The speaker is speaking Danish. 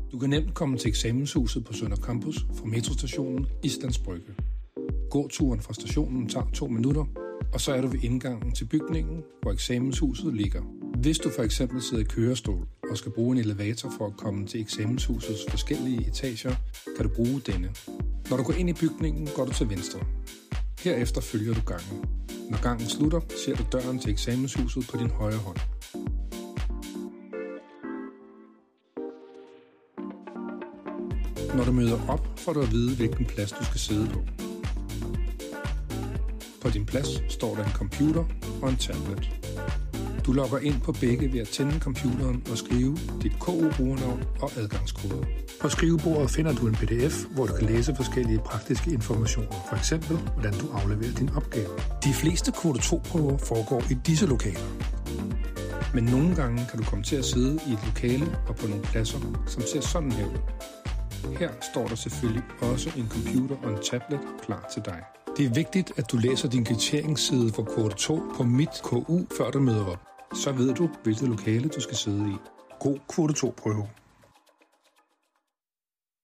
Du kan nemt komme til eksamenshuset på Sønder Campus fra metrostationen Islands Brygge. Gåturen fra stationen tager 2 minutter, og så er du ved indgangen til bygningen, hvor eksamenshuset ligger. Hvis du for eksempel sidder i kørestol og skal bruge en elevator for at komme til eksamenshusets forskellige etager, kan du bruge denne. Når du går ind i bygningen, går du til venstre. Herefter følger du gangen. Når gangen slutter, ser du døren til eksamenshuset på din højre hånd. Når du møder op, får du at vide, hvilken plads du skal sidde på. På din plads står der en computer og en tablet. Du logger ind på begge ved at tænde computeren og skrive dit KU-brugernavn og adgangskode. På skrivebordet finder du en pdf, hvor du kan læse forskellige praktiske informationer. For eksempel, hvordan du afleverer din opgave. De fleste kvote 2-prøver foregår i disse lokaler. Men nogle gange kan du komme til at sidde i et lokale og på nogle pladser, som ser sådan her ud. Her står der selvfølgelig også en computer og en tablet klar til dig. Det er vigtigt, at du læser din kvitteringsside for kvote 2 på Mit KU, før du møder op. Så ved du, hvilket lokale du skal sidde i. God kvote 2-prøve.